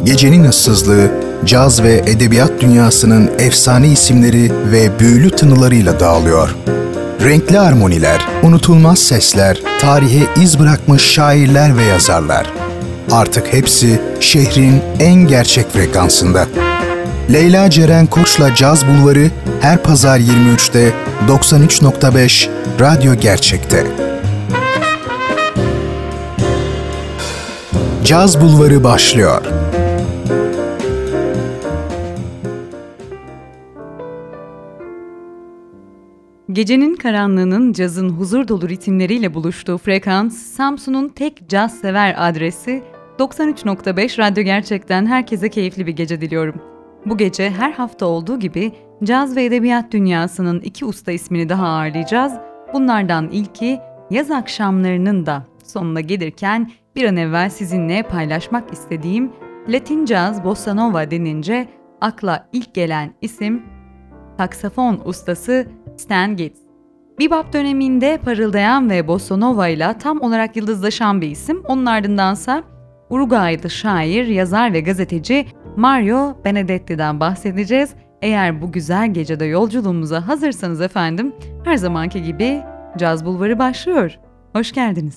Gecenin ıssızlığı, caz ve edebiyat dünyasının efsane isimleri ve büyülü tınılarıyla dağılıyor. Renkli armoniler, unutulmaz sesler, tarihe iz bırakmış şairler ve yazarlar. Artık hepsi şehrin en gerçek frekansında. Leyla Ceren Koç'la Caz Bulvarı her pazar 23'te 93.5 Radyo Gerçek'te. Caz Bulvarı başlıyor. Gecenin karanlığının cazın huzur dolu ritimleriyle buluştuğu frekans, Samsun'un tek caz sever adresi 93.5 Radyo Gerçek'ten herkese keyifli bir gece diliyorum. Bu gece her hafta olduğu gibi caz ve edebiyat dünyasının iki usta ismini daha ağırlayacağız. Bunlardan ilki yaz akşamlarının da sonuna gelirken bir an evvel sizinle paylaşmak istediğim Latin Jazz Bossa Nova denince akla ilk gelen isim saksafon ustası Stan Getz. Bebop döneminde parıldayan ve Bossa Nova ile tam olarak yıldızlaşan bir isim. Onun ardındansa Uruguaylı şair, yazar ve gazeteci Mario Benedetti'den bahsedeceğiz. Eğer bu güzel gecede yolculuğumuza hazırsanız efendim, her zamanki gibi Caz Bulvarı başlıyor. Hoş geldiniz.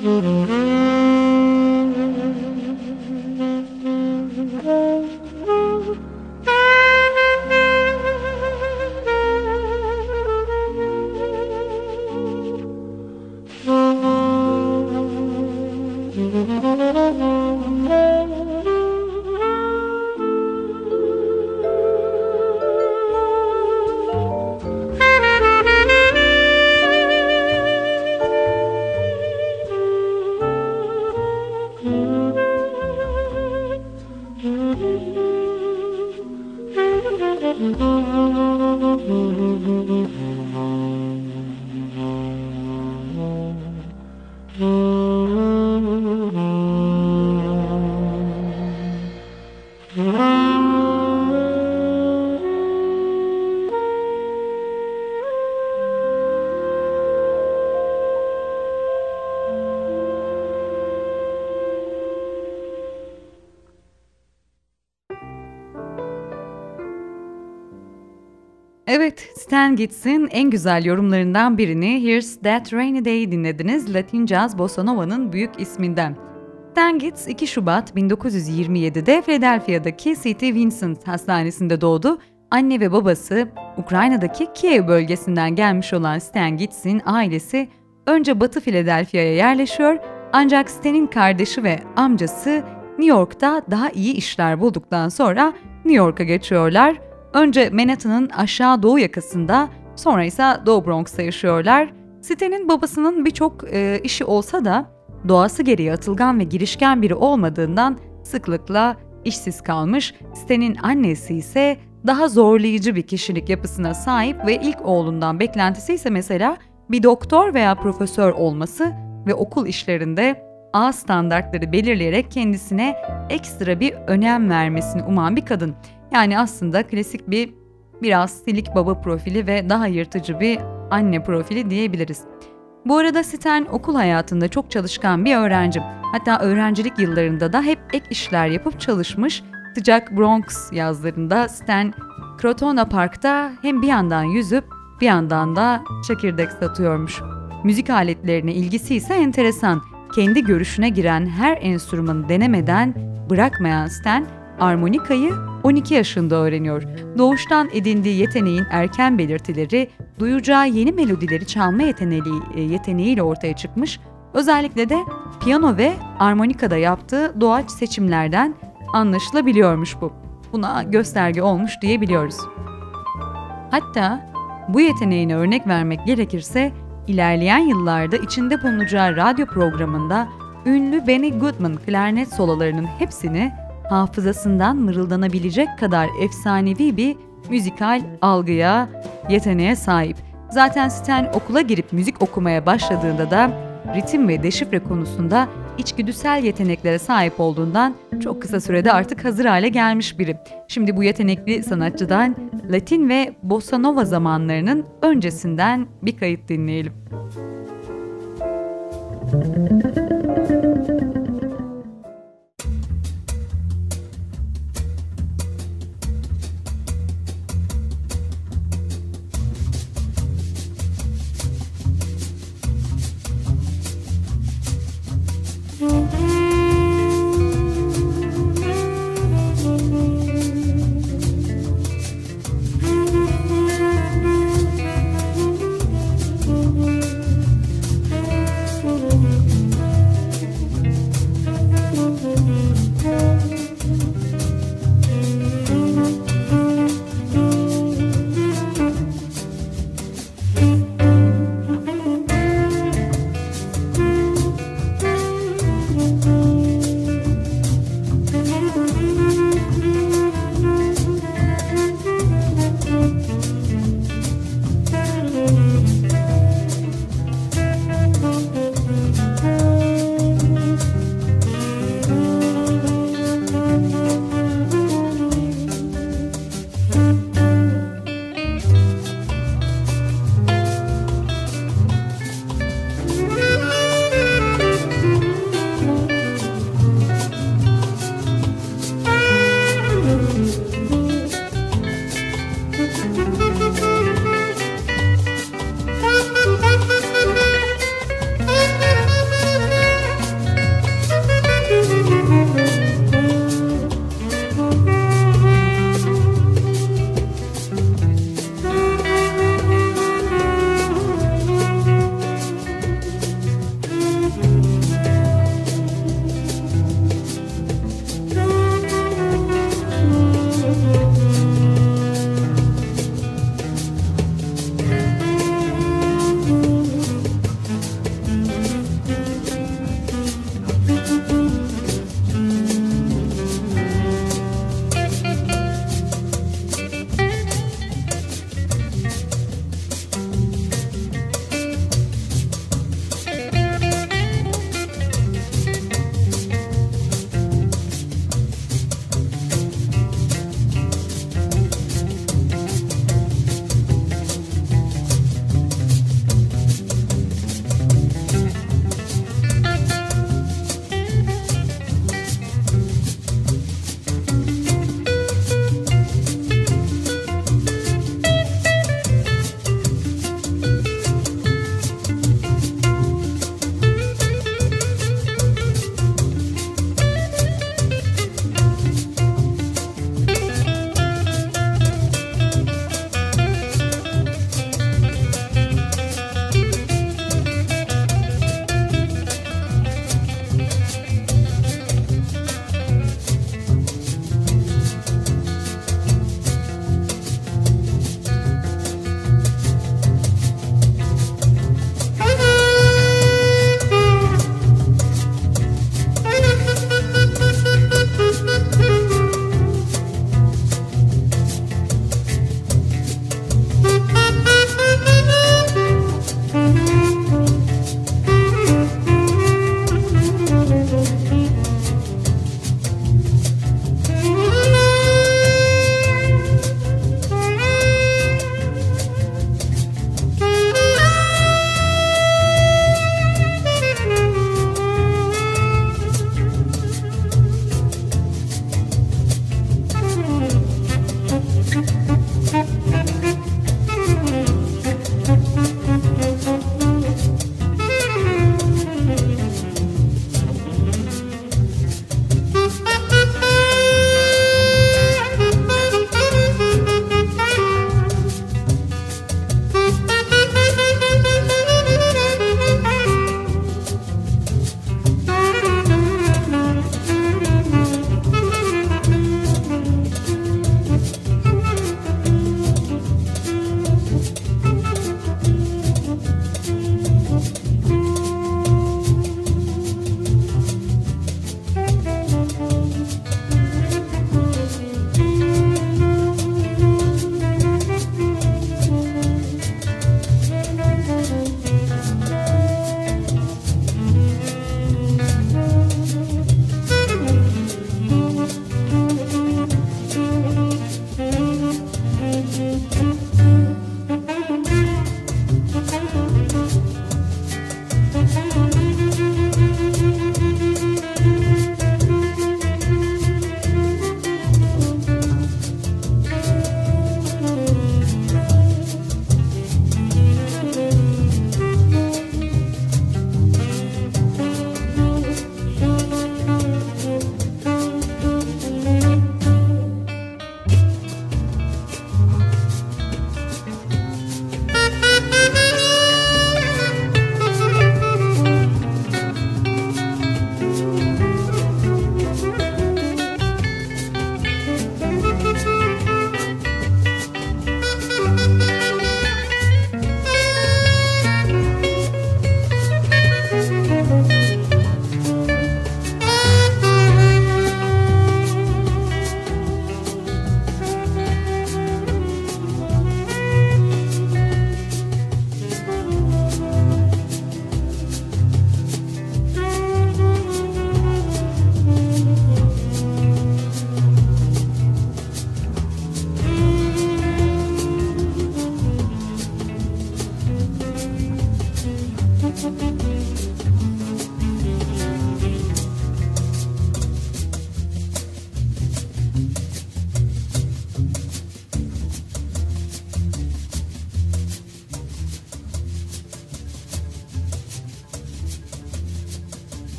Evet, Stan Getz'in en güzel yorumlarından birini Here's That Rainy Day dinlediniz, Latin Jazz Bossa Nova'nın büyük isminden. Stan Getz 2 Şubat 1927'de Philadelphia'daki St. Vincent Hastanesi'nde doğdu. Anne ve babası Ukrayna'daki Kiev bölgesinden gelmiş olan Stan Getz'in ailesi önce Batı Philadelphia'ya yerleşiyor, ancak Stan'in kardeşi ve amcası New York'ta daha iyi işler bulduktan sonra New York'a geçiyorlar. Önce Manhattan'ın aşağı doğu yakasında, sonra ise Doğu Bronx'ta yaşıyorlar. Stan'in babasının birçok işi olsa da doğası gereği atılgan ve girişken biri olmadığından sıklıkla işsiz kalmış. Stan'in annesi ise daha zorlayıcı bir kişilik yapısına sahip ve ilk oğlundan beklentisi ise mesela bir doktor veya profesör olması ve okul işlerinde A standartları belirleyerek kendisine ekstra bir önem vermesini uman bir kadın. Yani aslında klasik biraz silik baba profili ve daha yırtıcı bir anne profili diyebiliriz. Bu arada Stan okul hayatında çok çalışkan bir öğrenci. Hatta öğrencilik yıllarında da hep ek işler yapıp çalışmış. Sıcak Bronx yazlarında Stan Crotona Park'ta hem bir yandan yüzüp bir yandan da çekirdek satıyormuş. Müzik aletlerine ilgisi ise enteresan. Kendi görüşüne giren her enstrümanı denemeden bırakmayan Stan, armonikayı 12 yaşında öğreniyor. Doğuştan edindiği yeteneğin erken belirtileri, duyacağı yeni melodileri çalma yeteneğiyle ortaya çıkmış. Özellikle de piyano ve armonikada yaptığı doğaç seçimlerden anlaşılabiliyormuş bu. Buna gösterge olmuş diyebiliyoruz. Hatta bu yeteneğine örnek vermek gerekirse, ilerleyen yıllarda içinde bulunacağı radyo programında ünlü Benny Goodman klarnet sololarının hepsini hafızasından mırıldanabilecek kadar efsanevi bir müzikal algıya, yeteneğe sahip. Zaten Stan okula girip müzik okumaya başladığında da ritim ve deşifre konusunda içgüdüsel yeteneklere sahip olduğundan çok kısa sürede artık hazır hale gelmiş biri. Şimdi bu yetenekli sanatçıdan Latin ve Bossa Nova zamanlarının öncesinden bir kayıt dinleyelim.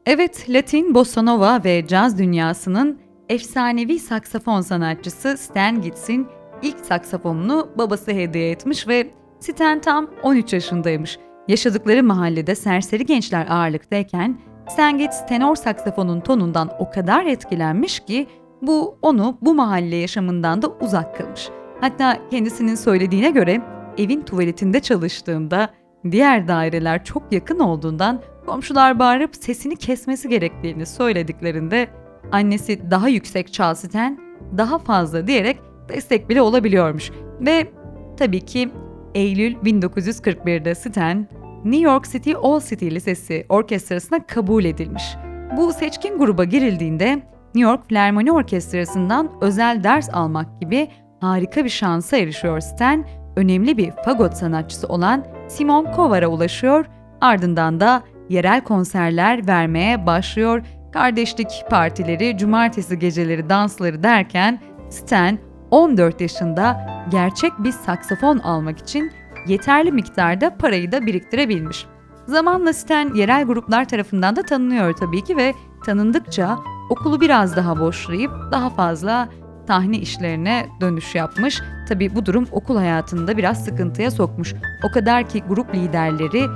Evet, Latin, bossa nova ve caz dünyasının efsanevi saksafon sanatçısı Stan Getz'in ilk saksafonunu babası hediye etmiş ve Stan tam 13 yaşındaymış. Yaşadıkları mahallede serseri gençler ağırlıktayken Stan Getz tenor saksafonun tonundan o kadar etkilenmiş ki bu onu bu mahalle yaşamından da uzak kılmış. Hatta kendisinin söylediğine göre evin tuvaletinde çalıştığında diğer daireler çok yakın olduğundan komşular bağırıp sesini kesmesi gerektiğini söylediklerinde annesi daha yüksek çal Stan, daha fazla diyerek destek bile olabiliyormuş. Ve tabii ki Eylül 1941'de Stan, New York City All City Lisesi orkestrasına kabul edilmiş. Bu seçkin gruba girildiğinde New York Filarmoni Orkestrası'ndan özel ders almak gibi harika bir şansa erişiyor Stan, önemli bir fagot sanatçısı olan Simon Kovar'a ulaşıyor, ardından da yerel konserler vermeye başlıyor. Kardeşlik partileri, cumartesi geceleri dansları derken Stan 14 yaşında gerçek bir saksafon almak için yeterli miktarda parayı da biriktirebilmiş. Zamanla Stan yerel gruplar tarafından da tanınıyor tabii ki ve tanındıkça okulu biraz daha boşlayıp daha fazla sahne işlerine dönüş yapmış. Tabii bu durum okul hayatını da biraz sıkıntıya sokmuş. O kadar ki grup liderleri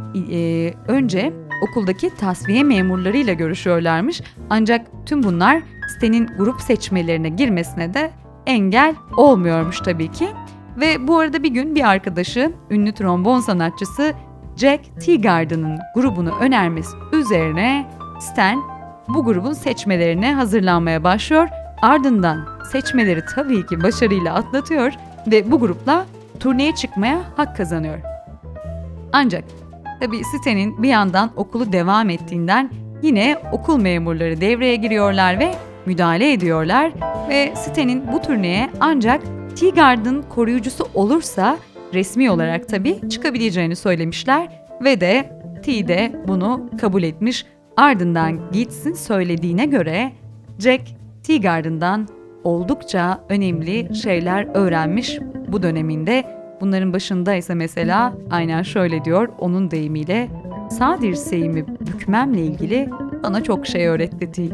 önce okuldaki tasfiye memurlarıyla görüşüyorlarmış. Ancak tüm bunlar Stan'in grup seçmelerine girmesine de engel olmuyormuş tabii ki. Ve bu arada bir gün bir arkadaşı, ünlü trombon sanatçısı Jack Teagarden'ın grubunu önermesi üzerine Stan bu grubun seçmelerine hazırlanmaya başlıyor. Ardından seçmeleri tabii ki başarıyla atlatıyor ve bu grupla turneye çıkmaya hak kazanıyor. Ancak tabii Stan'in bir yandan okulu devam ettiğinden yine okul memurları devreye giriyorlar ve müdahale ediyorlar ve Stan'in bu turneye ancak Teagarden koruyucusu olursa resmi olarak tabii çıkabileceğini söylemişler ve de T de bunu kabul etmiş. Ardından Getz'in söylediğine göre Jack Teagarden'dan oldukça önemli şeyler öğrenmiş bu döneminde. Bunların başında ise mesela aynen şöyle diyor, onun deyimiyle sağ dirseğimi bükmemle ilgili bana çok şey öğretti T.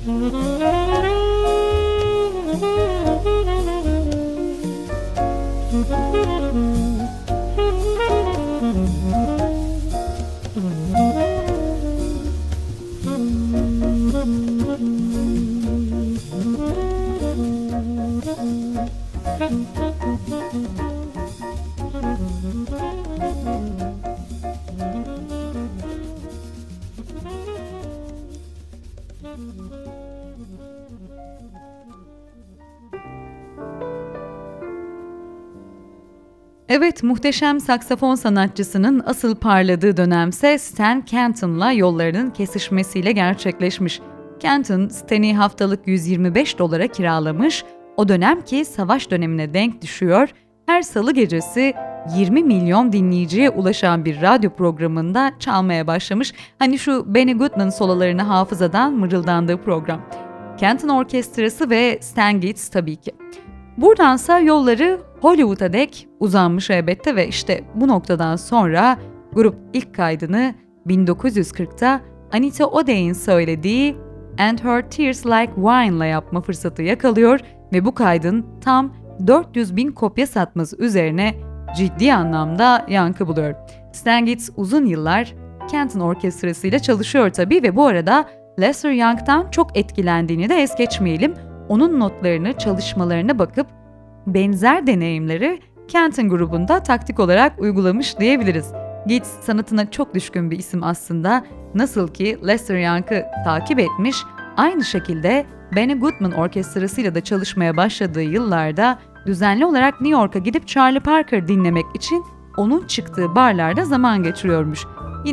Evet, muhteşem saksafon sanatçısının asıl parladığı dönemse Stan Kenton'la yollarının kesişmesiyle gerçekleşmiş. Kenton, Stan'i haftalık $125 kiralamış, o dönem ki savaş dönemine denk düşüyor, her salı gecesi 20 milyon dinleyiciye ulaşan bir radyo programında çalmaya başlamış. Hani şu Benny Goodman sololarını hafızadan mırıldandığı program. Kenton Orkestrası ve Stan Getz tabii ki. Buradansa yolları Hollywood'a dek uzanmış elbette ve işte bu noktadan sonra grup ilk kaydını 1940'ta Anita O'Day'in söylediği And Her Tears Like Wine'la yapma fırsatı yakalıyor ve bu kaydın tam 400.000 kopya satması üzerine ciddi anlamda yankı buluyor. Stan Getz uzun yıllar Kenton Orkestrası ile çalışıyor tabii ve bu arada Lester Young'dan çok etkilendiğini de es geçmeyelim. Onun notlarını, çalışmalarına bakıp benzer deneyimleri Kenton grubunda taktik olarak uygulamış diyebiliriz. Getz sanatına çok düşkün bir isim aslında. Nasıl ki Lester Young'ı takip etmiş, aynı şekilde Benny Goodman Orkestrası'yla da çalışmaya başladığı yıllarda düzenli olarak New York'a gidip Charlie Parker dinlemek için onun çıktığı barlarda zaman geçiriyormuş.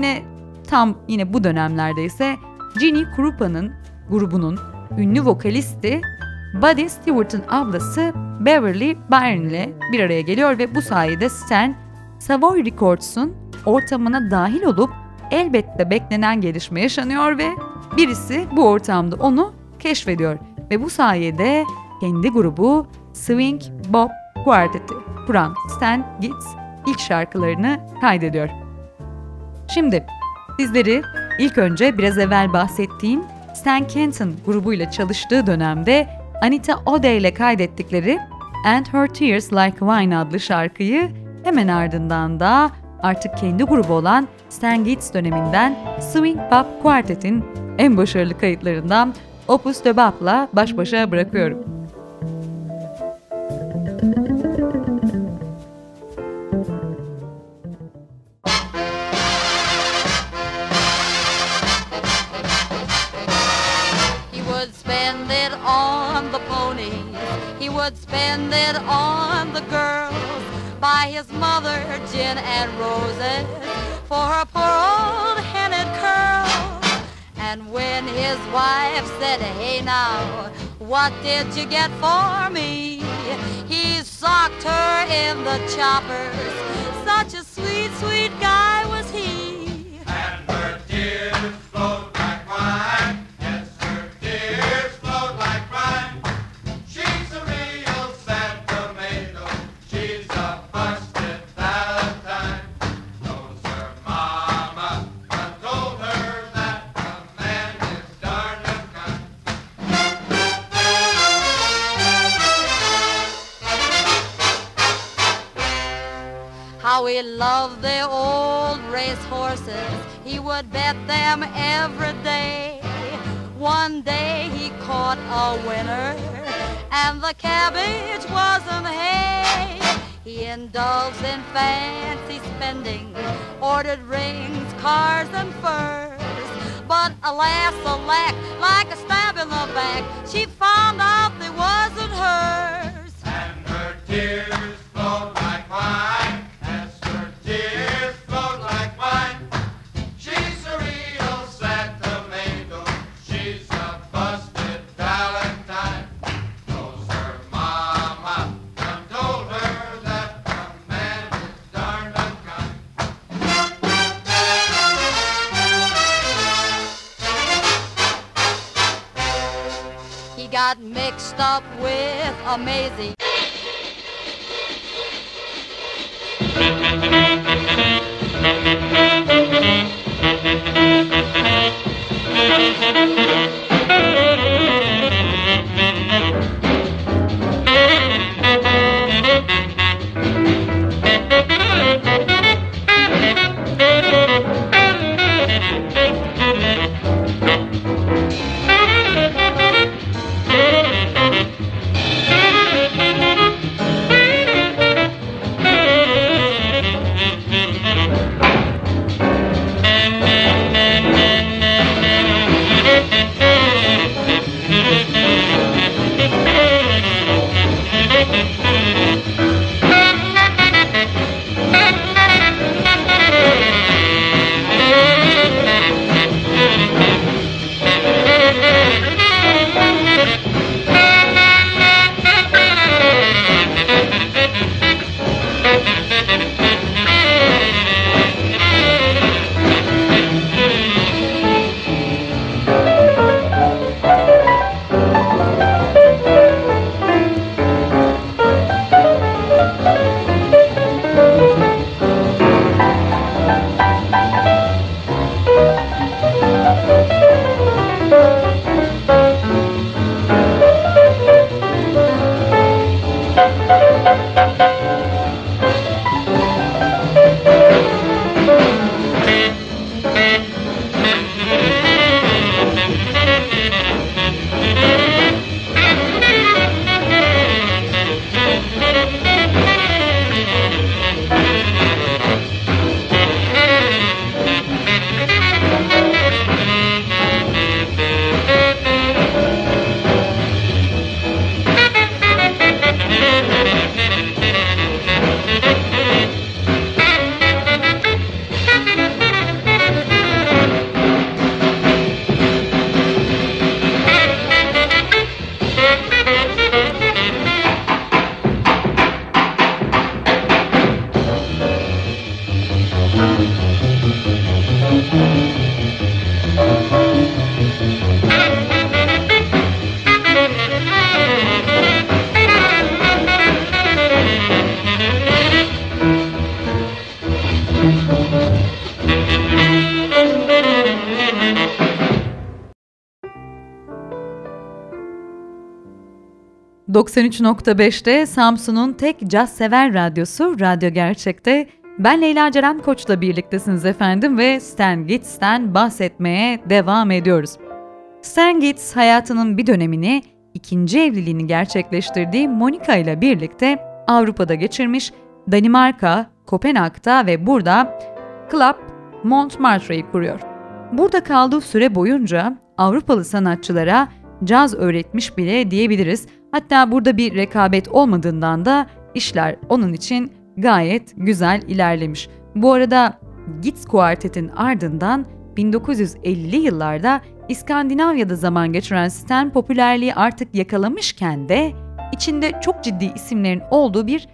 Yine bu dönemlerde ise Ginny Krupa'nın grubunun ünlü vokalisti Buddy Stewart'ın ablası Beverly Byrne ile bir araya geliyor ve bu sayede Stan, Savoy Records'un ortamına dahil olup elbette beklenen gelişme yaşanıyor ve birisi bu ortamda onu keşfediyor ve bu sayede kendi grubu Swing Bob Quartet'i kuran Stan Getz ilk şarkılarını kaydediyor. Şimdi sizleri ilk önce biraz evvel bahsettiğim Stan Kenton grubuyla çalıştığı dönemde Anita O'Day ile kaydettikleri And Her Tears Like Wine adlı şarkıyı, hemen ardından da artık kendi grubu olan Stan Getz döneminden Swing Bob Quartet'in en başarılı kayıtlarından Opus de Bop'la baş başa bırakıyorum. Would spend it on the girls, buy his mother gin and roses for her poor old headed curls. And when his wife said, hey now, what did you get for me? He socked her in the choppers, such a sweet, sweet guy was he. And her tears flowed like wine, yes, her tears flowed like wine. She's a real sad tomato, she's a busted Valentine. Knows her mama and told her that the man is darn unkind. How he loved the old race horses, he would bet them every day. One day he caught a winner, and the cabbage wasn't hay. He indulged in fancy spending, ordered rings, cars, and furs. But alas, alack, like a stab in the back, she found out they wasn't hers. And her tears flowed like wine, as her tears flowed like wine. She's a real sad tomato, she's a busted Valentine. Knows her mama and told her that the man is darn unkind. He got mixed up with a Maisie. ...93.5'te Samsun'un tek caz sever radyosu Radyo Gerçek'te ben Leyla Ceren Koç'la birliktesiniz efendim ve Stan Getz'ten bahsetmeye devam ediyoruz. Stan Getz hayatının bir dönemini ikinci evliliğini gerçekleştirdiği Monica ile birlikte Avrupa'da geçirmiş, Danimarka, Kopenhag'da ve burada Club Montmartre'yi kuruyor. Burada kaldığı süre boyunca Avrupalı sanatçılara caz öğretmiş bile diyebiliriz. Hatta burada bir rekabet olmadığından da işler onun için gayet güzel ilerlemiş. Bu arada Getz Kuartet'in ardından 1950'li yıllarda İskandinavya'da zaman geçiren Stan popülerliği artık yakalamışken de içinde çok ciddi isimlerin olduğu bir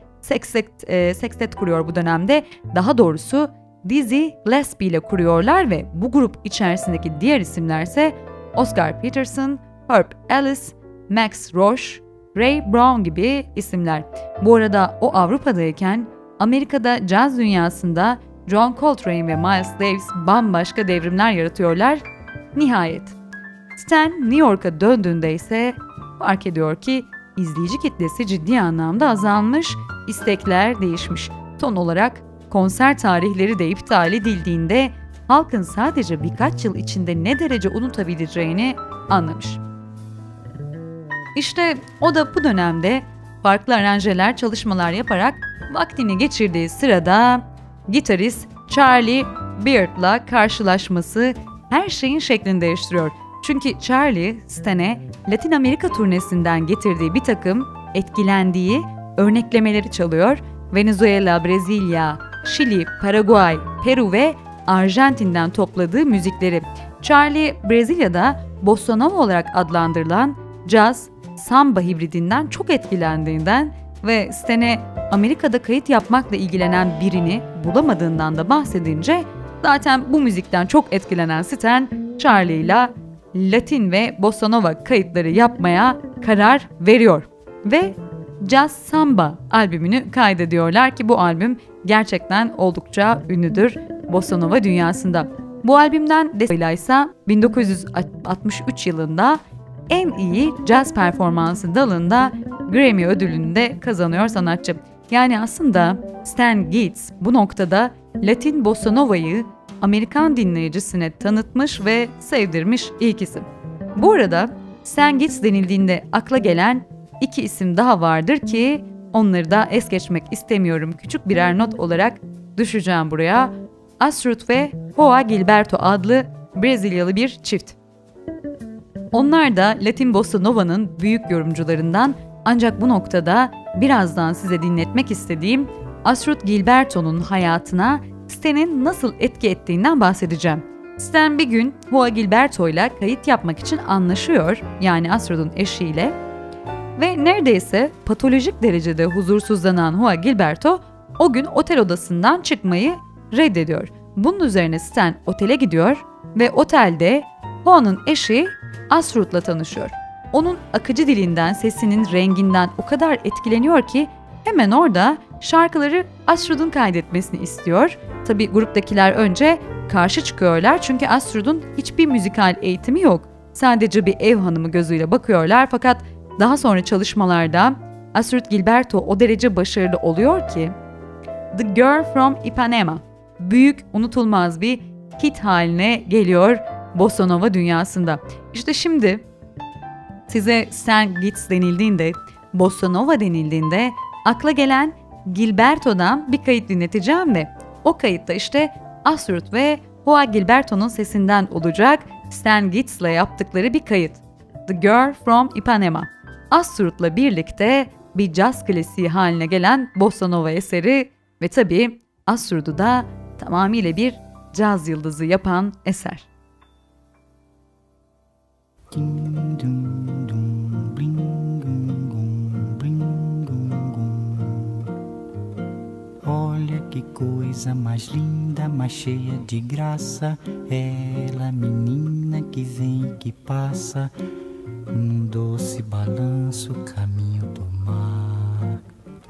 sextet kuruyor bu dönemde. Daha doğrusu Dizzy Gillespie ile kuruyorlar ve bu grup içerisindeki diğer isimlerse Oscar Peterson, Herb Ellis, Max Roach, Ray Brown gibi isimler. Bu arada o Avrupa'dayken Amerika'da caz dünyasında John Coltrane ve Miles Davis bambaşka devrimler yaratıyorlar. Nihayet Stan New York'a döndüğünde ise fark ediyor ki izleyici kitlesi ciddi anlamda azalmış, istekler değişmiş. Son olarak konser tarihleri de iptal edildiğinde halkın sadece birkaç yıl içinde ne derece unutabileceğini anlamış. İşte o da bu dönemde farklı aranjeler, çalışmalar yaparak vaktini geçirdiği sırada gitarist Charlie Beard'la karşılaşması her şeyin şeklini değiştiriyor. Çünkü Charlie, Stan'e Latin Amerika turnesinden getirdiği bir takım etkilendiği örneklemeleri çalıyor. Venezuela, Brezilya, Şili, Paraguay, Peru ve Arjantin'den topladığı müzikleri. Charlie, Brezilya'da bossa nova olarak adlandırılan caz, samba hibridinden çok etkilendiğinden ve Stan'e Amerika'da kayıt yapmakla ilgilenen birini bulamadığından da bahsedince zaten bu müzikten çok etkilenen Stan, Charlie ile Latin ve bossa nova kayıtları yapmaya karar veriyor ve Jazz Samba albümünü kaydediyorlar ki bu albüm gerçekten oldukça ünlüdür bossa nova dünyasında. Bu albümden destekle ise 1963 yılında en iyi caz performansı dalında Grammy ödülünü de kazanıyor sanatçı. Yani aslında Stan Getz bu noktada Latin bossa nova'yı Amerikan dinleyicisine tanıtmış ve sevdirmiş ilk isim. Bu arada Stan Getz denildiğinde akla gelen iki isim daha vardır ki onları da es geçmek istemiyorum. Küçük birer not olarak düşeceğim buraya. Astrud ve Joao Gilberto adlı Brezilyalı bir çift. Onlar da Latin bossa nova'nın büyük yorumcularından, ancak bu noktada birazdan size dinletmek istediğim Astrud Gilberto'nun hayatına Stan'in nasıl etki ettiğinden bahsedeceğim. Stan bir gün Joao Gilberto ile kayıt yapmak için anlaşıyor, yani Astrud'un eşiyle, ve neredeyse patolojik derecede huzursuzlanan Joao Gilberto o gün otel odasından çıkmayı reddediyor. Bunun üzerine Stan otele gidiyor ve otelde Joao'nun eşi Astrud'la tanışıyor. Onun akıcı dilinden, sesinin renginden o kadar etkileniyor ki hemen orada şarkıları Astrud'un kaydetmesini istiyor. Tabii gruptakiler önce karşı çıkıyorlar çünkü Astrud'un hiçbir müzikal eğitimi yok. sadece bir ev hanımı gözüyle bakıyorlar, fakat daha sonra çalışmalarda Astrud Gilberto o derece başarılı oluyor ki The Girl from Ipanema büyük, unutulmaz bir hit haline geliyor Bossa Nova dünyasında. İşte şimdi size Stan Getz denildiğinde, Bossa Nova denildiğinde akla gelen Gilberto'dan bir kayıt dinleteceğim ve o kayıtta işte Astrud ve Joao Gilberto'nun sesinden olacak, Stan Getz'le yaptıkları bir kayıt. The Girl from Ipanema. Astrud'la birlikte bir caz klasiği haline gelen Bossa Nova eseri ve tabii Astrud'u da tamamıyla bir caz yıldızı yapan eser. Olha que coisa mais linda, mais cheia de graça, ela menina que vem e que passa, num doce balanço caminho do mar.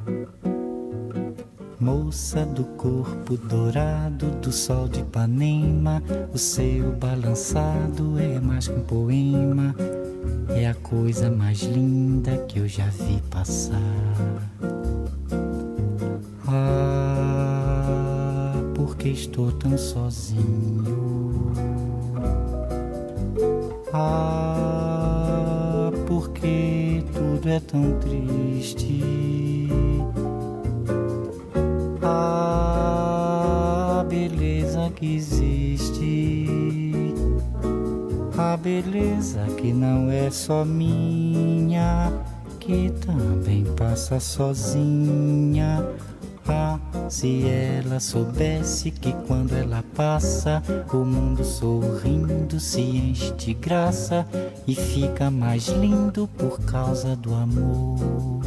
Moça do corpo dourado do sol de Ipanema, o seu balançado é mais que um poema, é a coisa mais linda que eu já vi passar. Ah, porque estou tão sozinho. Ah, porque tudo é tão triste. A beleza que existe, a beleza que não é só minha, que também passa sozinha. Ah, se ela soubesse que quando ela passa, o mundo sorrindo se enche de graça e fica mais lindo por causa do amor.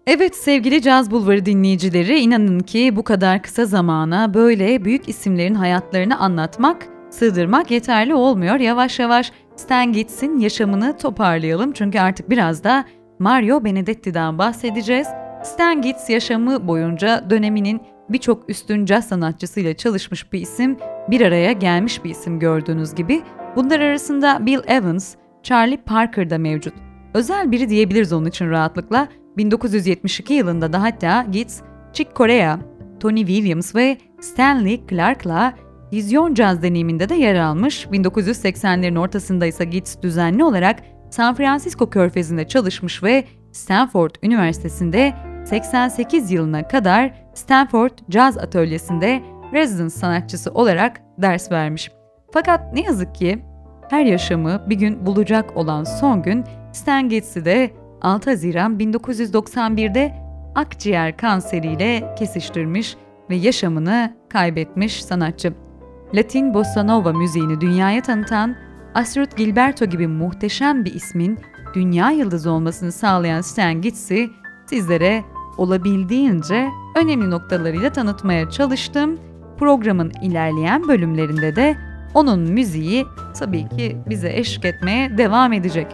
Evet sevgili Caz Bulvarı dinleyicileri, inanın ki bu kadar kısa zamana böyle büyük isimlerin hayatlarını anlatmak, sığdırmak yeterli olmuyor. Yavaş yavaş Stan Getz'in yaşamını toparlayalım çünkü artık biraz da Mario Benedetti'den bahsedeceğiz. Stan Getz yaşamı boyunca döneminin birçok üstün caz sanatçısıyla çalışmış bir isim, bir araya gelmiş bir isim gördüğünüz gibi. Bunlar arasında Bill Evans, Charlie Parker da mevcut. Özel biri diyebiliriz onun için rahatlıkla. 1972 yılında da hatta Getz, Chick Corea, Tony Williams ve Stanley Clarke'la vizyon caz deneyiminde de yer almış. 1980'lerin ortasında ise Getz düzenli olarak San Francisco Körfezi'nde çalışmış ve Stanford Üniversitesi'nde 88 yılına kadar Stanford Caz Atölyesi'nde residence sanatçısı olarak ders vermiş. Fakat ne yazık ki her yaşamı bir gün bulacak olan son gün Stan Getz'i de 6 Haziran 1991'de akciğer kanseriyle kesiştirmiş ve yaşamını kaybetmiş sanatçı. Latin bossa nova müziğini dünyaya tanıtan Astrud Gilberto gibi muhteşem bir ismin dünya yıldızı olmasını sağlayan Stan Getz'i sizlere olabildiğince önemli noktalarıyla tanıtmaya çalıştım. Programın ilerleyen bölümlerinde de onun müziği tabii ki bize eşlik etmeye devam edecek.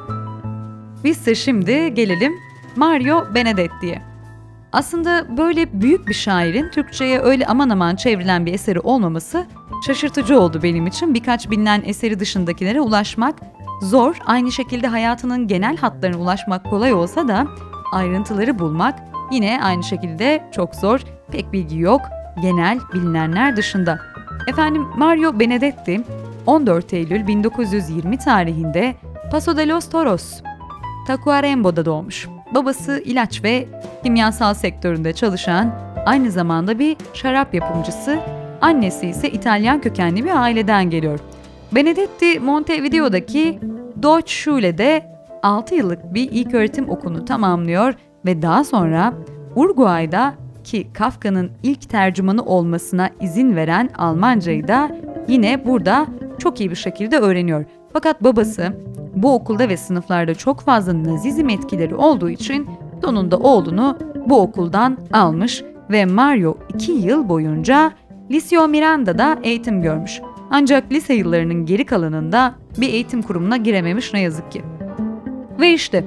Bizse şimdi gelelim Mario Benedetti'ye. Aslında böyle büyük bir şairin Türkçe'ye öyle aman aman çevrilen bir eseri olmaması şaşırtıcı oldu benim için. Birkaç bilinen eseri dışındakilere ulaşmak zor. Aynı şekilde hayatının genel hatlarına ulaşmak kolay olsa da ayrıntıları bulmak yine aynı şekilde çok zor. Pek bilgi yok genel bilinenler dışında. Efendim Mario Benedetti 14 Eylül 1920 tarihinde Paso de los Toros, Tacuarembó'da doğmuş. Babası ilaç ve kimyasal sektöründe çalışan, aynı zamanda bir şarap yapımcısı, annesi ise İtalyan kökenli bir aileden geliyor. Benedetti, Montevideo'daki Deutsche Schule'de 6 yıllık bir ilköğretim okulunu tamamlıyor ve daha sonra Uruguay'da ki Kafka'nın ilk tercümanı olmasına izin veren Almancayı da yine burada çok iyi bir şekilde öğreniyor. Fakat babası bu okulda ve sınıflarda çok fazla Nazizm etkileri olduğu için sonunda oğlunu bu okuldan almış ve Mario 2 yıl boyunca Liceo Miranda'da eğitim görmüş. Ancak lise yıllarının geri kalanında bir eğitim kurumuna girememiş ne yazık ki. Ve işte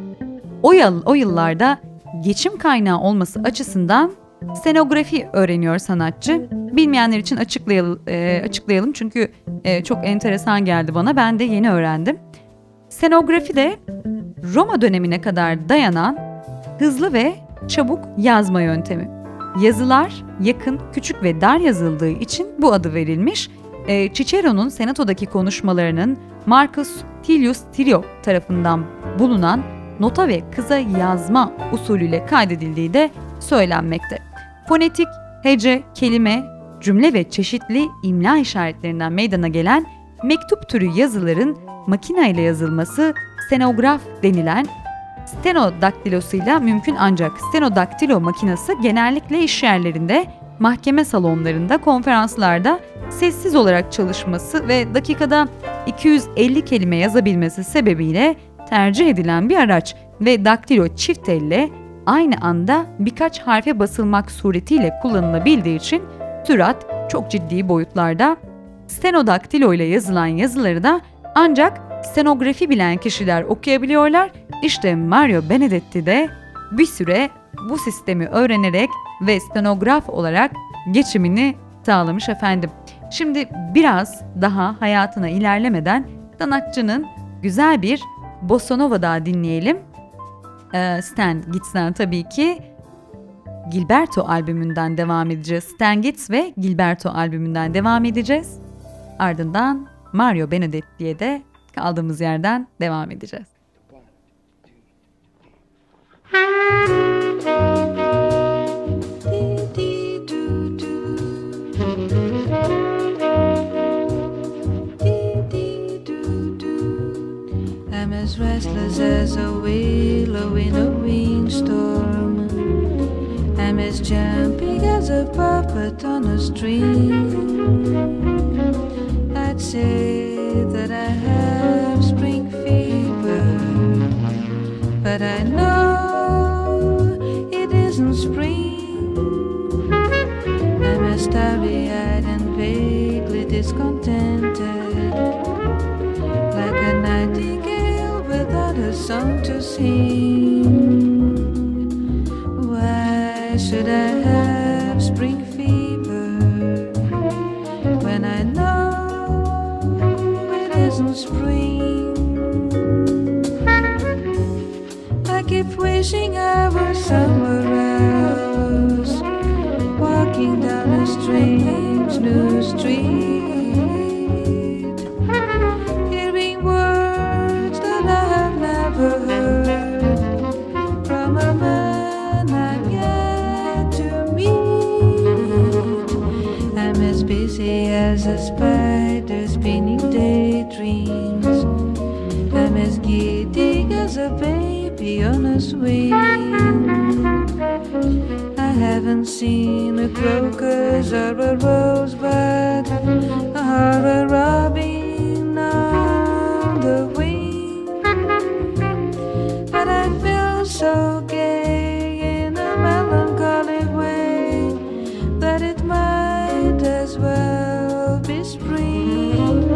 o yıllarda geçim kaynağı olması açısından stenografi öğreniyor sanatçı. Bilmeyenler için açıklayalım çünkü çok enteresan geldi bana. Ben de yeni öğrendim. Stenografi de Roma dönemine kadar dayanan hızlı ve çabuk yazma yöntemi. Yazılar yakın, küçük ve dar yazıldığı için bu adı verilmiş. Cicero'nun Senato'daki konuşmalarının Marcus Tullius Tiro tarafından bulunan nota ve kısa yazma usulüyle kaydedildiği de söylenmekte. Fonetik, hece, kelime, cümle ve çeşitli imla işaretlerinden meydana gelen mektup türü yazıların makineyle yazılması stenograf denilen stenodaktilosuyla mümkün, ancak stenodaktilo makinesi genellikle iş yerlerinde, mahkeme salonlarında, konferanslarda sessiz olarak çalışması ve dakikada 250 kelime yazabilmesi sebebiyle tercih edilen bir araç ve daktilo çift elle aynı anda birkaç harfe basılmak suretiyle kullanılabildiği için sürat çok ciddi boyutlarda. Stenodaktilo ile yazılan yazıları da ancak stenografi bilen kişiler okuyabiliyorlar. İşte Mario Benedetti de bir süre bu sistemi öğrenerek ve stenograf olarak geçimini sağlamış efendim. Şimdi biraz daha hayatına ilerlemeden sanatçının güzel bir bossa nova daha dinleyelim. Stan Getz'ten tabii ki Gilberto albümünden devam edeceğiz. Stan Getz ve Gilberto albümünden devam edeceğiz. Ardından Mario Benedetti'ye de kaldığımız yerden devam edeceğiz. I'm as restless as a willow in a windstorm. I'm as jumpy as a puppet on a string. I'd say that I have spring fever, but I know discontented, like a nightingale without a song to sing. Why should I have spring fever when I know it isn't spring? I keep wishing I were somewhere else, walking down a strange new street, hearing words that I have never heard from a man I've yet to meet. I'm as busy as a spider spinning daydreams. I'm as giddy as a baby on a swing. I haven't seen a crocus or a rosebud or a robin on the wing, but I feel so gay in a melancholy way that it might as well be spring.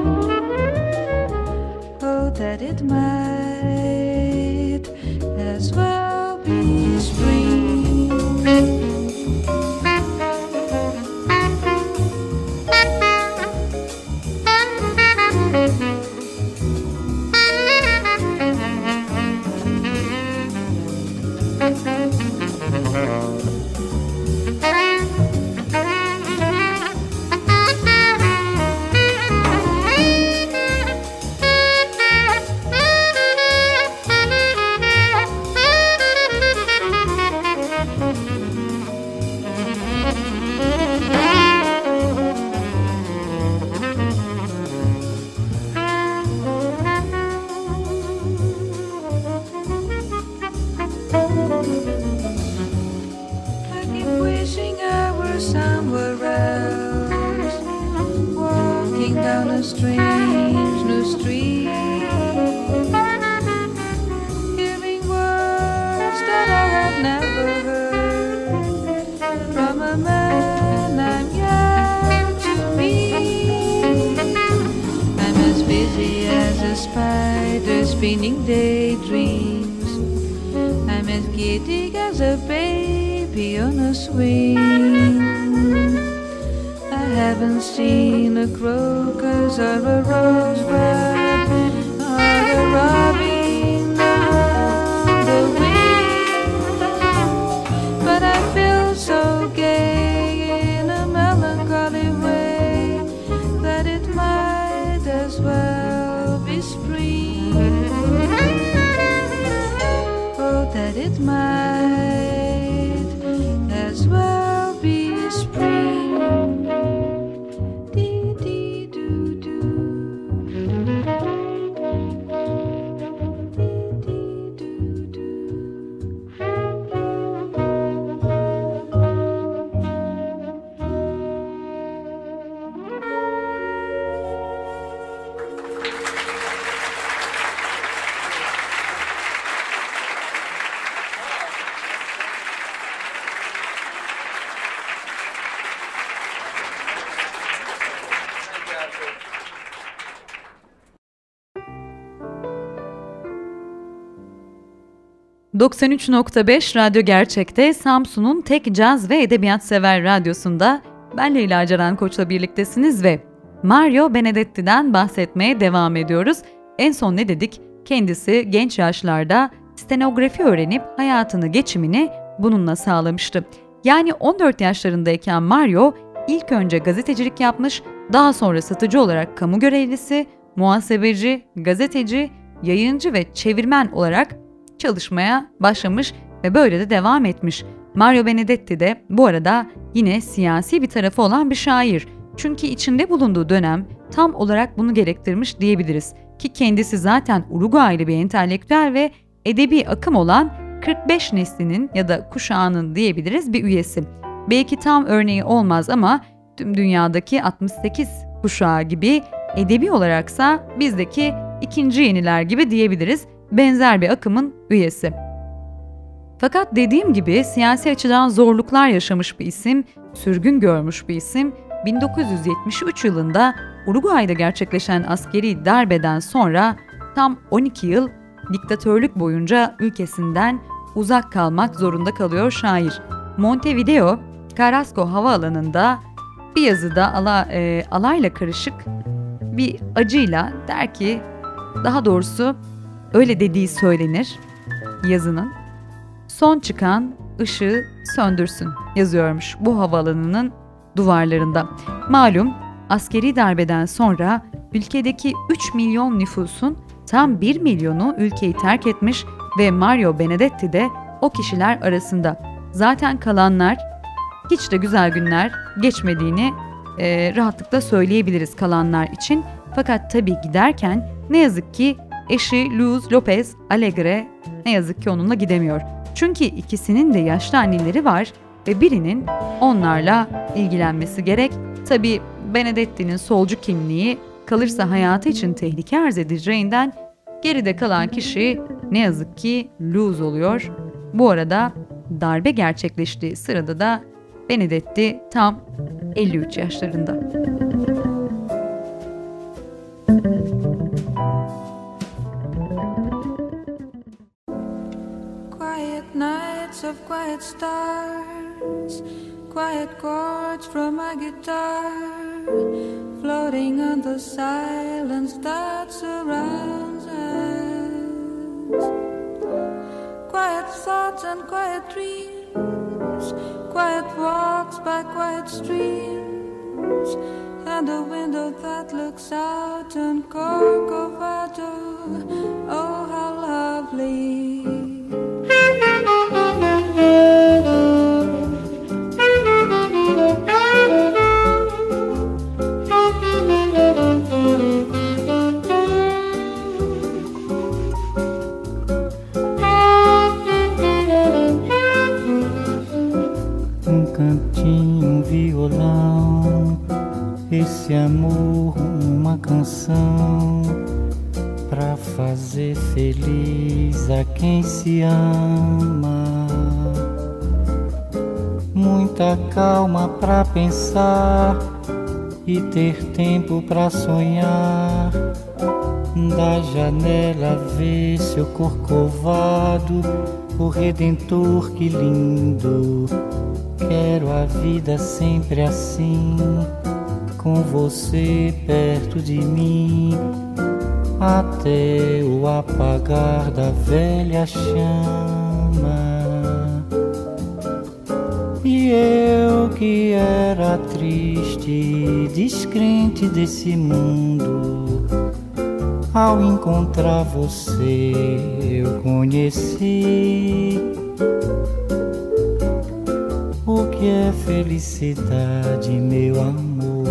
Oh, that it might as well be spring. I keep wishing I were somewhere else, walking down a strange new street, hearing words that I have never heard from a man I'm yet to meet. I'm as busy as a spider spinning daydreams. I'm as giddy as a baby on a swing. I haven't seen a crocus or a rosebud or a robin on the wing, but I feel so gay in a melancholy way that it might as well be spring. Oh, that it might as well be spring. Dee dee doo doo. Dee dee doo ...93.5 Radyo Gerçek'te Samsun'un tek caz ve edebiyat sever radyosunda ben Leyla Caran Koç'la birliktesiniz ve Mario Benedetti'den bahsetmeye devam ediyoruz. En son ne dedik? Kendisi genç yaşlarda stenografi öğrenip hayatını, geçimini bununla sağlamıştı. Yani 14 yaşlarındayken Mario ilk önce gazetecilik yapmış, daha sonra satıcı olarak kamu görevlisi, muhasebeci, gazeteci, yayıncı ve çevirmen olarak çalışmaya başlamış ve böyle de devam etmiş. Mario Benedetti de bu arada yine siyasi bir tarafı olan bir şair. Çünkü içinde bulunduğu dönem tam olarak bunu gerektirmiş diyebiliriz. Ki kendisi zaten Uruguaylı bir entelektüel ve edebi akım olan 45 neslinin ya da kuşağının diyebiliriz bir üyesi. Belki tam örneği olmaz ama tüm dünyadaki 68 kuşağı gibi edebi olaraksa bizdeki ikinci yeniler gibi diyebiliriz. Benzer bir akımın üyesi. Fakat dediğim gibi siyasi açıdan zorluklar yaşamış bir isim, sürgün görmüş bir isim, 1973 yılında Uruguay'da gerçekleşen askeri darbeden sonra tam 12 yıl diktatörlük boyunca ülkesinden uzak kalmak zorunda kalıyor şair. Montevideo, Carrasco Havaalanı'nda bir yazıda alayla karışık bir acıyla der ki, daha doğrusu öyle dediği söylenir yazının, son çıkan ışığı söndürsün yazıyormuş bu havaalanının duvarlarında. Malum askeri darbeden sonra ülkedeki 3 milyon nüfusun tam 1 milyonu ülkeyi terk etmiş ve Mario Benedetti de o kişiler arasında. Zaten kalanlar hiç de güzel günler geçmediğini rahatlıkla söyleyebiliriz kalanlar için. Fakat tabii giderken ne yazık ki eşi Luz Lopez Alegre ne yazık ki onunla gidemiyor. Çünkü ikisinin de yaşlı anneleri var ve birinin onlarla ilgilenmesi gerek. Tabii Benedetti'nin solcu kimliği kalırsa hayatı için tehlike arz edeceğinden geride kalan kişi ne yazık ki Luz oluyor. Bu arada darbe gerçekleştiği sırada da Benedetti tam 53 yaşlarında. Quiet nights of quiet stars, quiet chords from my guitar, floating on the silence that surrounds us. Quiet thoughts and quiet dreams, quiet walks by quiet streams, and a window that looks out on Corcovado. Oh, how lovely. Cantinho, violão, esse amor, uma canção pra fazer feliz a quem se ama. Muita calma pra pensar e ter tempo pra sonhar. Da janela ver seu Corcovado, o Redentor, que lindo. Quero a vida sempre assim, com você perto de mim, até o apagar da velha chama. E eu que era triste, descrente desse mundo, ao encontrar você eu conheci o que é felicidade, meu amor.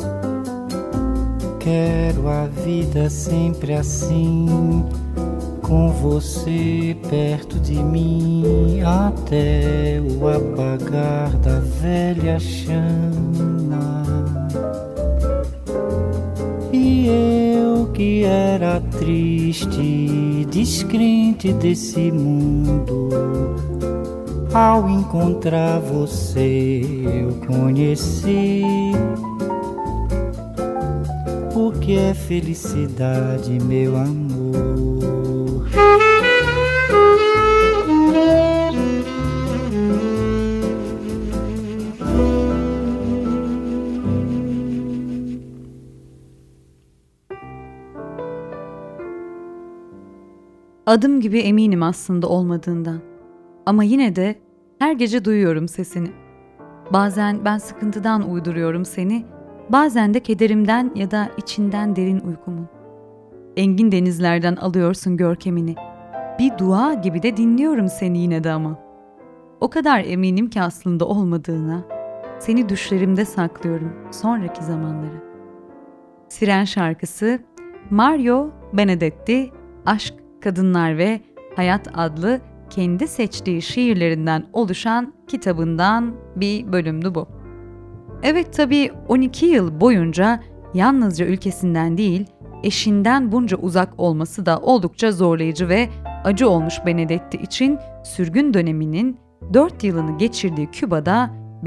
Quero a vida sempre assim, com com você perto de mim até o apagar da velha chama. E eu que era triste, descrente desse mundo, ao encontrar você eu conheci o que é felicidade, meu amor. Adım gibi eminim aslında olmadığından. Ama yine de her gece duyuyorum sesini. Bazen ben sıkıntıdan uyduruyorum seni, bazen de kederimden ya da içinden derin uykumun. Engin denizlerden alıyorsun görkemini. Bir dua gibi de dinliyorum seni yine de ama. O kadar eminim ki aslında olmadığına, seni düşlerimde saklıyorum sonraki zamanları. Siren şarkısı Mario Benedetti, Aşk, Kadınlar ve Hayat adlı kendi seçtiği şiirlerinden oluşan kitabından bir bölümdü bu. Evet, tabii 12 yıl boyunca yalnızca ülkesinden değil, eşinden bunca uzak olması da oldukça zorlayıcı ve acı olmuş Benedetti için. Sürgün döneminin 4 yılını geçirdiği Küba'da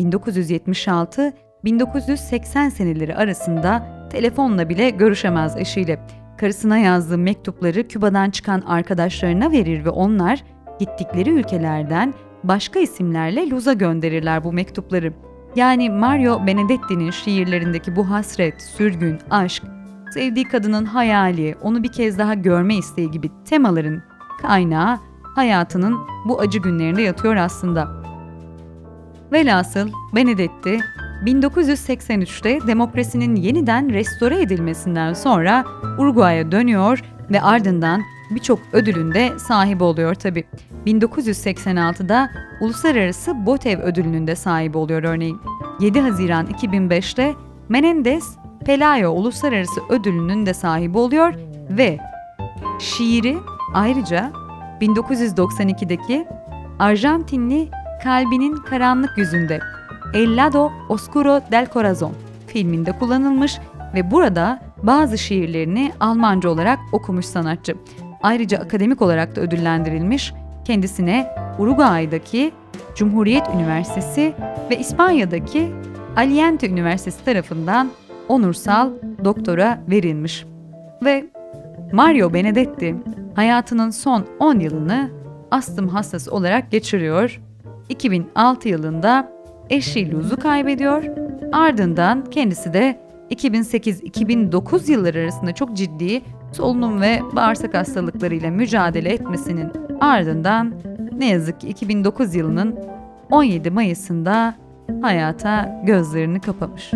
1976-1980 seneleri arasında telefonla bile görüşemez eşiyle. Karısına yazdığı mektupları Küba'dan çıkan arkadaşlarına verir ve onlar gittikleri ülkelerden başka isimlerle Luz'a gönderirler bu mektupları. Yani Mario Benedetti'nin şiirlerindeki bu hasret, sürgün, aşk, sevdiği kadının hayali, onu bir kez daha görme isteği gibi temaların kaynağı hayatının bu acı günlerinde yatıyor aslında. Velhasıl Benedetti 1983'te demokrasinin yeniden restore edilmesinden sonra Uruguay'a dönüyor ve ardından birçok ödülün de sahibi oluyor tabii. 1986'da Uluslararası Botev Ödülü'nün de sahibi oluyor örneğin. 7 Haziran 2005'te Menendez Pelayo Uluslararası Ödülü'nün de sahibi oluyor ve şiiri ayrıca 1992'deki Arjantinli Kalbinin Karanlık Yüzünde El Lado Oscuro del Corazón filminde kullanılmış ve burada bazı şiirlerini Almanca olarak okumuş sanatçı. Ayrıca akademik olarak da ödüllendirilmiş. Kendisine Uruguay'daki Cumhuriyet Üniversitesi ve İspanya'daki Aliante Üniversitesi tarafından onursal doktora verilmiş. Ve Mario Benedetti hayatının son 10 yılını astım hastası olarak geçiriyor. 2006 yılında eşi Luz'u kaybediyor. Ardından kendisi de 2008-2009 yılları arasında çok ciddi solunum ve bağırsak hastalıklarıyla mücadele etmesinin ardından ne yazık ki 2009 yılının 17 Mayıs'ında hayata gözlerini kapamış.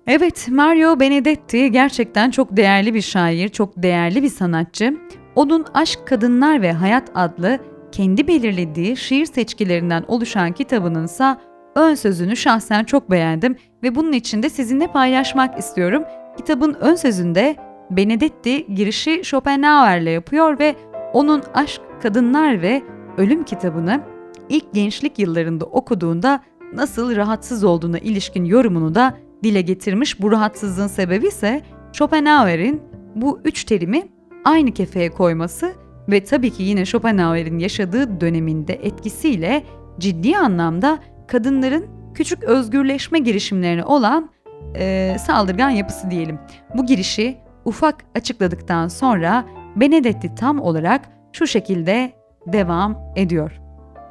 Evet, Mario Benedetti gerçekten çok değerli bir şair, çok değerli bir sanatçı. Onun Aşk, Kadınlar ve Hayat adlı kendi belirlediği şiir seçkilerinden oluşan kitabının ise ön sözünü şahsen çok beğendim ve bunun için de sizinle paylaşmak istiyorum. Kitabın ön sözünde Benedetti girişi Schopenhauer'le yapıyor ve onun Aşk, Kadınlar ve Ölüm kitabını ilk gençlik yıllarında okuduğunda nasıl rahatsız olduğuna ilişkin yorumunu da dile getirmiş. Bu rahatsızlığın sebebi ise Schopenhauer'in bu üç terimi aynı kefeye koyması ve tabii ki yine Schopenhauer'in yaşadığı döneminde etkisiyle ciddi anlamda kadınların küçük özgürleşme girişimlerine olan saldırgan yapısı diyelim. Bu girişi ufak açıkladıktan sonra Benedetti tam olarak şu şekilde devam ediyor.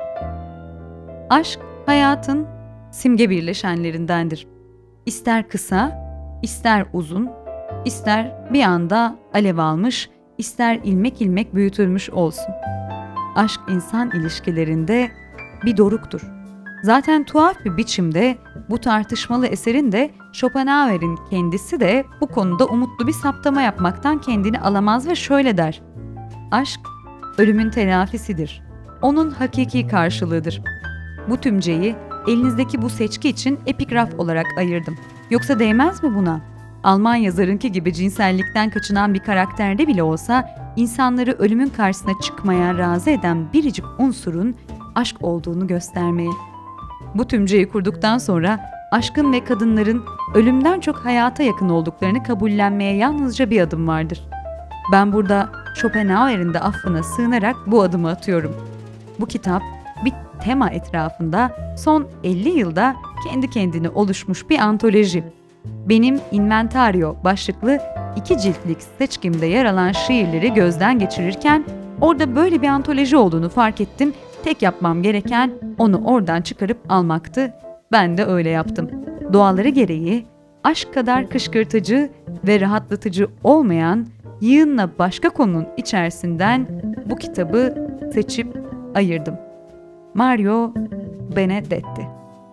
Aşk hayatın simge birleşenlerindendir. İster kısa, ister uzun, ister bir anda alev almış, ister ilmek ilmek büyütülmüş olsun. Aşk insan ilişkilerinde bir doruktur. Zaten tuhaf bir biçimde bu tartışmalı eserin de Schopenhauer'in kendisi de bu konuda umutlu bir saptama yapmaktan kendini alamaz ve şöyle der: Aşk, ölümün telafisidir. Onun hakiki karşılığıdır. Bu tümceyi elinizdeki bu seçki için epigraf olarak ayırdım. Yoksa değmez mi buna? Alman yazarınki gibi cinsellikten kaçınan bir karakterde bile olsa insanları ölümün karşısına çıkmaya razı eden biricik unsurun aşk olduğunu göstermeye. Bu tümceyi kurduktan sonra aşkın ve kadınların ölümden çok hayata yakın olduklarını kabullenmeye yalnızca bir adım vardır. Ben burada Schopenhauer'in de affına sığınarak bu adımı atıyorum. Bu kitap bir tema etrafında son 50 yılda kendi kendine oluşmuş bir antoloji. Benim Inventario başlıklı 2 ciltlik seçkimde yer alan şiirleri gözden geçirirken orada böyle bir antoloji olduğunu fark ettim. Tek yapmam gereken onu oradan çıkarıp almaktı. Ben de öyle yaptım. Doğaları gereği aşk kadar kışkırtıcı ve rahatlatıcı olmayan yığınla başka konunun içerisinden bu kitabı seçip ayırdım. Mario Benedetti.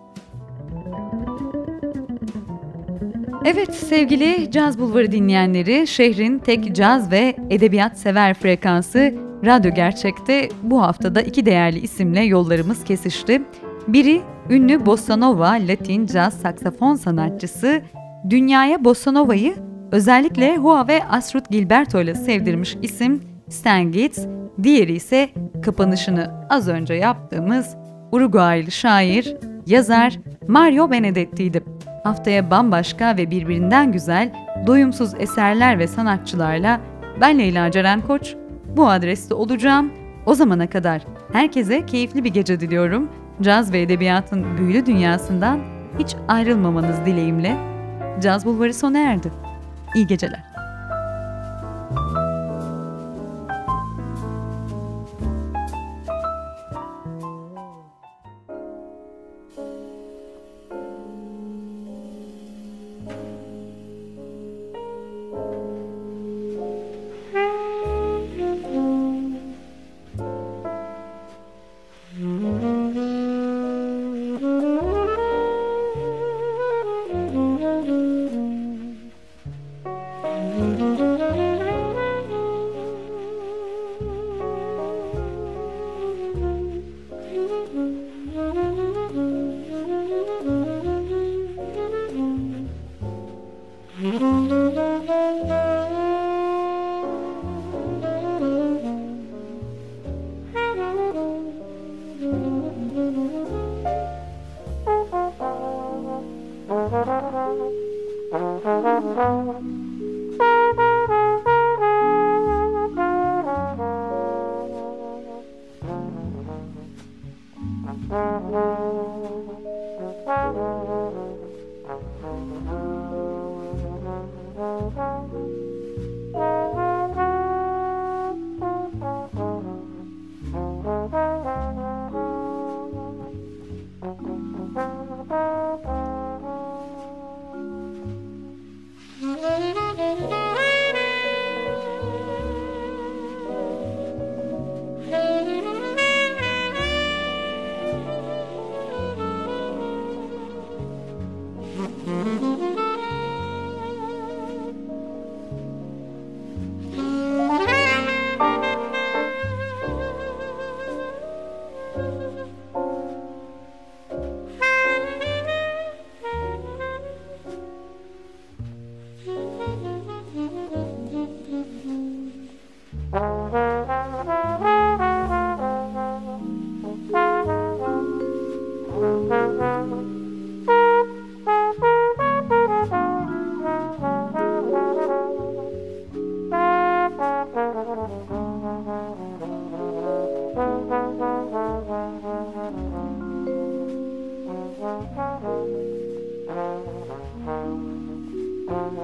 Evet sevgili Caz Bulvarı dinleyenleri, şehrin tek caz ve edebiyat sever frekansı Radyo Gerçek'te bu haftada 2 değerli isimle yollarımız kesişti. Biri ünlü Bossa Nova Latin caz saksafon sanatçısı, dünyaya Bossa Nova'yı özellikle Joao ve Astrud Gilberto ile sevdirmiş isim Stan Getz. Diğeri ise kapanışını az önce yaptığımız Uruguaylı şair, yazar Mario Benedetti'ydi. Haftaya bambaşka ve birbirinden güzel, doyumsuz eserler ve sanatçılarla ben Leyla Ceren Koç bu adreste olacağım. O zamana kadar herkese keyifli bir gece diliyorum. Caz ve edebiyatın büyülü dünyasından hiç ayrılmamanız dileğimle. Caz Bulvarı sona erdi. İyi geceler.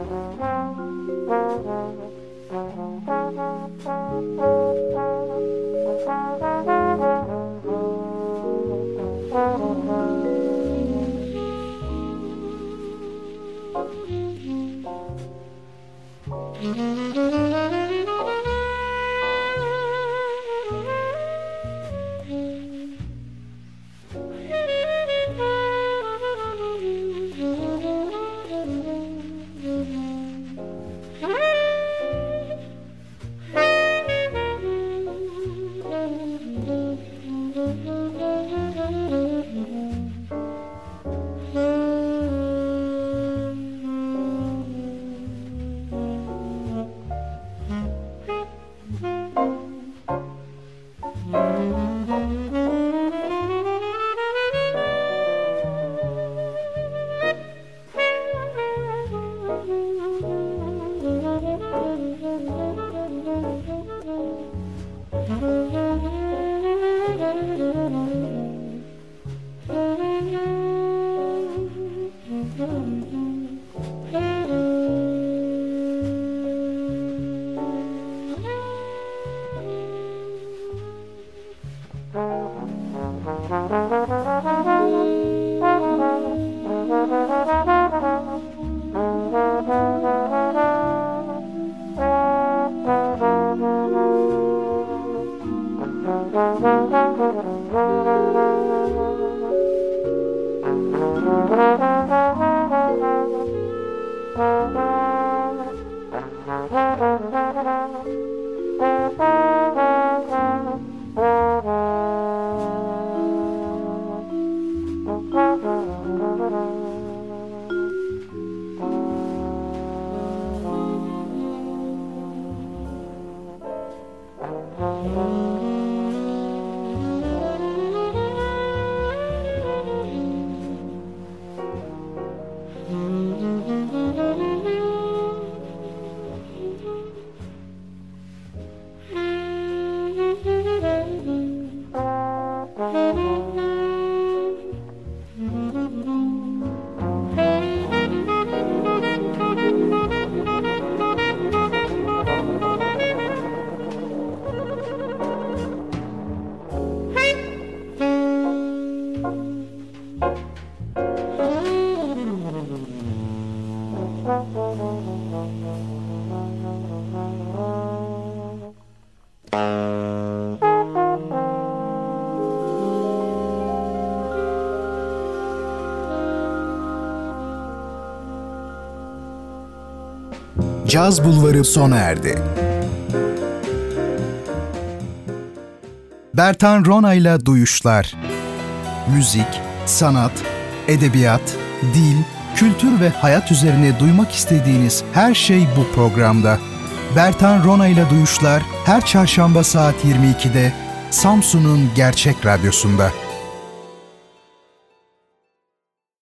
Caz Bulvarı sona erdi. Bertan Rona'yla Duyuşlar. Müzik, sanat, edebiyat, dil, kültür ve hayat üzerine duymak istediğiniz her şey bu programda. Bertan Rona'yla Duyuşlar her çarşamba saat 22'de Samsun'un Gerçek Radyosu'nda.